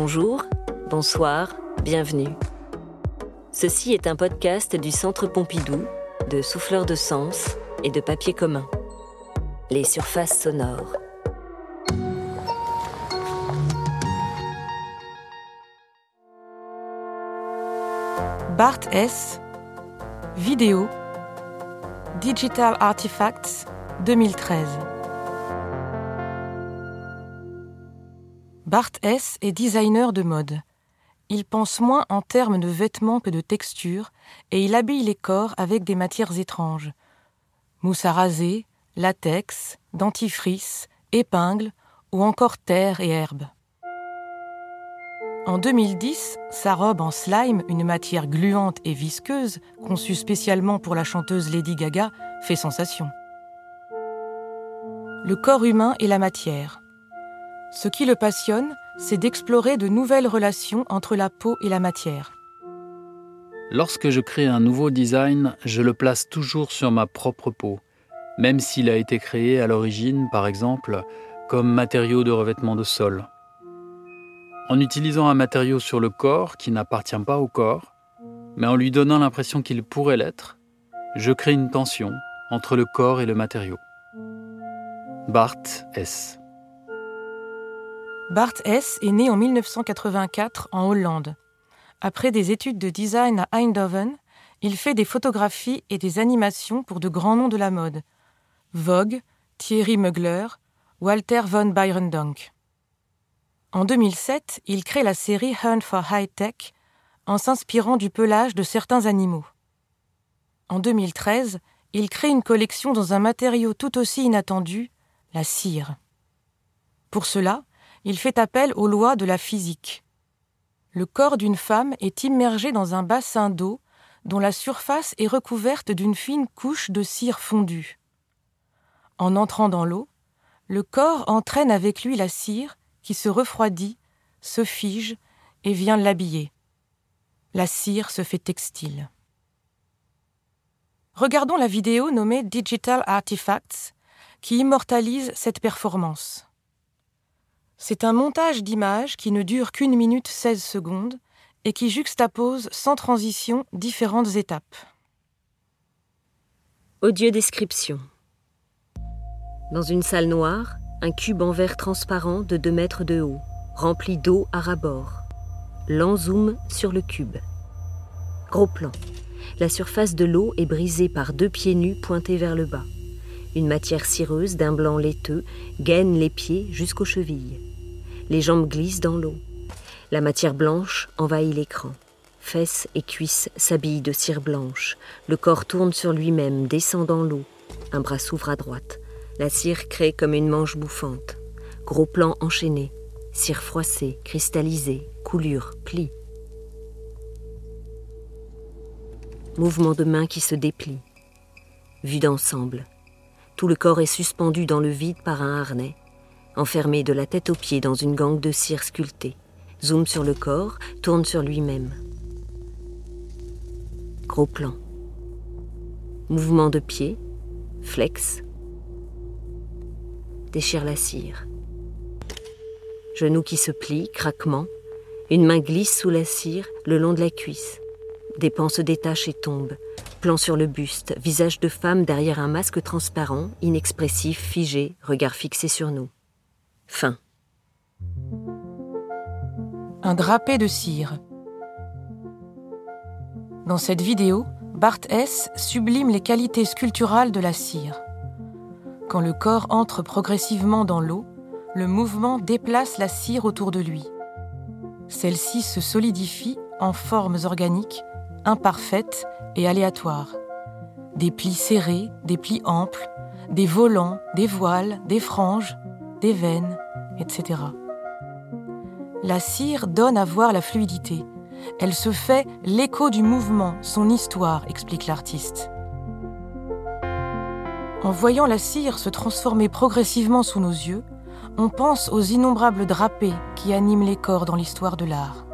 Bonjour, bonsoir, bienvenue. Ceci est un podcast du Centre Pompidou, de Souffleurs de Sens et de Papier Commun. Les surfaces sonores. Bart S. Vidéo Digital Artifacts 2013. Bart S. est designer de mode. Il pense moins en termes de vêtements que de textures et il habille les corps avec des matières étranges. Mousse à raser, latex, dentifrice, épingles ou encore terre et herbe. En 2010, sa robe en slime, une matière gluante et visqueuse, conçue spécialement pour la chanteuse Lady Gaga, fait sensation. Le corps humain et la matière. Ce qui le passionne, c'est d'explorer de nouvelles relations entre la peau et la matière. Lorsque je crée un nouveau design, je le place toujours sur ma propre peau, même s'il a été créé à l'origine, par exemple, comme matériau de revêtement de sol. En utilisant un matériau sur le corps qui n'appartient pas au corps, mais en lui donnant l'impression qu'il pourrait l'être, je crée une tension entre le corps et le matériau. Bart S. Bart S. est né en 1984 en Hollande. Après des études de design à Eindhoven, il fait des photographies et des animations pour de grands noms de la mode. Vogue, Thierry Mugler, Walter von Beirendonck. En 2007, il crée la série Hunt for High Tech en s'inspirant du pelage de certains animaux. En 2013, il crée une collection dans un matériau tout aussi inattendu, la cire. Pour cela, il fait appel aux lois de la physique. Le corps d'une femme est immergé dans un bassin d'eau dont la surface est recouverte d'une fine couche de cire fondue. En entrant dans l'eau, le corps entraîne avec lui la cire qui se refroidit, se fige et vient l'habiller. La cire se fait textile. Regardons la vidéo nommée Digital Artifacts qui immortalise cette performance. C'est un montage d'images qui ne dure qu'1 minute 16 secondes et qui juxtapose sans transition différentes étapes. Audiodescription. Dans une salle noire, un cube en verre transparent de 2 mètres de haut, rempli d'eau à ras-bord. Lent zoom sur le cube. Gros plan. La surface de l'eau est brisée par 2 pieds nus pointés vers le bas. Une matière cireuse d'un blanc laiteux gaine les pieds jusqu'aux chevilles. Les jambes glissent dans l'eau. La matière blanche envahit l'écran. Fesses et cuisses s'habillent de cire blanche. Le corps tourne sur lui-même, descend dans l'eau. Un bras s'ouvre à droite. La cire crée comme une manche bouffante. Gros plan enchaîné. Cire froissée, cristallisée, coulure, pli. Mouvement de main qui se déplie. Vue d'ensemble. Tout le corps est suspendu dans le vide par un harnais, enfermé de la tête aux pieds dans une gangue de cire sculptée. Zoom sur le corps, tourne sur lui-même. Gros plan. Mouvement de pied, flex. Déchire la cire. Genou qui se plie, craquement. Une main glisse sous la cire, le long de la cuisse. Des pans se détachent et tombent. Plan sur le buste, visage de femme derrière un masque transparent, inexpressif, figé, regard fixé sur nous. Fin. Un drapé de cire. Dans cette vidéo, Bart S. sublime les qualités sculpturales de la cire. Quand le corps entre progressivement dans l'eau, le mouvement déplace la cire autour de lui. Celle-ci se solidifie en formes organiques, imparfaites et aléatoires. Des plis serrés, des plis amples, des volants, des voiles, des franges, des veines, etc. La cire donne à voir la fluidité. Elle se fait l'écho du mouvement, son histoire, explique l'artiste. En voyant la cire se transformer progressivement sous nos yeux, on pense aux innombrables drapés qui animent les corps dans l'histoire de l'art.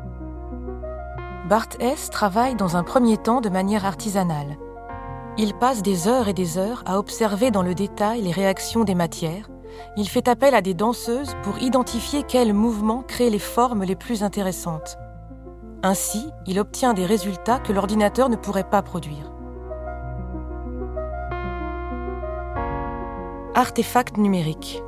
Bart S. travaille dans un premier temps de manière artisanale. Il passe des heures et des heures à observer dans le détail les réactions des matières, il fait appel à des danseuses pour identifier quels mouvements créent les formes les plus intéressantes. Ainsi, il obtient des résultats que l'ordinateur ne pourrait pas produire. Artefact numérique.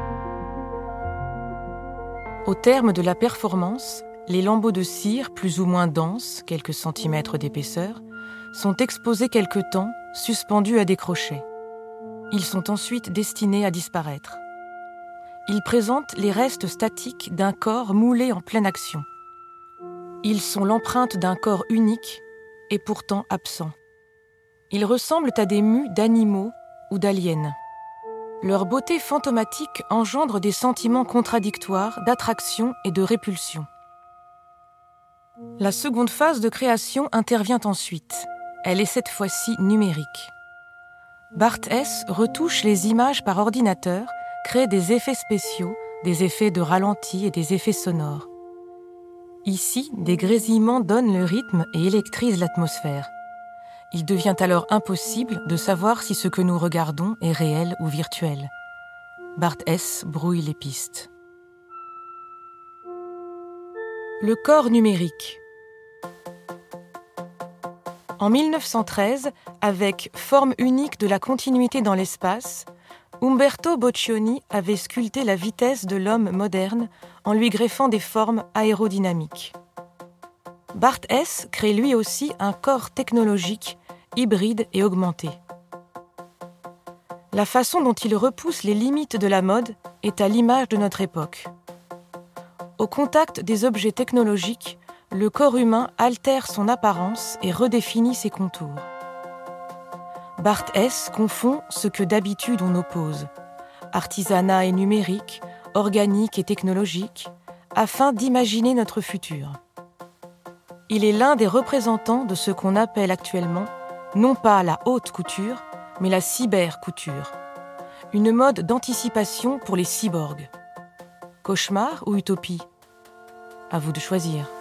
Au terme de la performance, les lambeaux de cire, plus ou moins denses, quelques centimètres d'épaisseur, sont exposés quelque temps, suspendus à des crochets. Ils sont ensuite destinés à disparaître. Ils présentent les restes statiques d'un corps moulé en pleine action. Ils sont l'empreinte d'un corps unique et pourtant absent. Ils ressemblent à des mues d'animaux ou d'aliens. Leur beauté fantomatique engendre des sentiments contradictoires d'attraction et de répulsion. La seconde phase de création intervient ensuite. Elle est cette fois-ci numérique. Bart Hess retouche les images par ordinateur, crée des effets spéciaux, des effets de ralenti et des effets sonores. Ici, des grésillements donnent le rythme et électrisent l'atmosphère. Il devient alors impossible de savoir si ce que nous regardons est réel ou virtuel. Bart Hess brouille les pistes. Le corps numérique. En 1913, avec Forme unique de la continuité dans l'espace, Umberto Boccioni avait sculpté la vitesse de l'homme moderne en lui greffant des formes aérodynamiques. Bart Hess crée lui aussi un corps technologique, hybride et augmenté. La façon dont il repousse les limites de la mode est à l'image de notre époque. Au contact des objets technologiques, le corps humain altère son apparence et redéfinit ses contours. Bart Hess confond ce que d'habitude on oppose, artisanat et numérique, organique et technologique, afin d'imaginer notre futur. Il est l'un des représentants de ce qu'on appelle actuellement, non pas la haute couture, mais la cyber-couture, une mode d'anticipation pour les cyborgs. Cauchemar ou utopie ? À vous de choisir.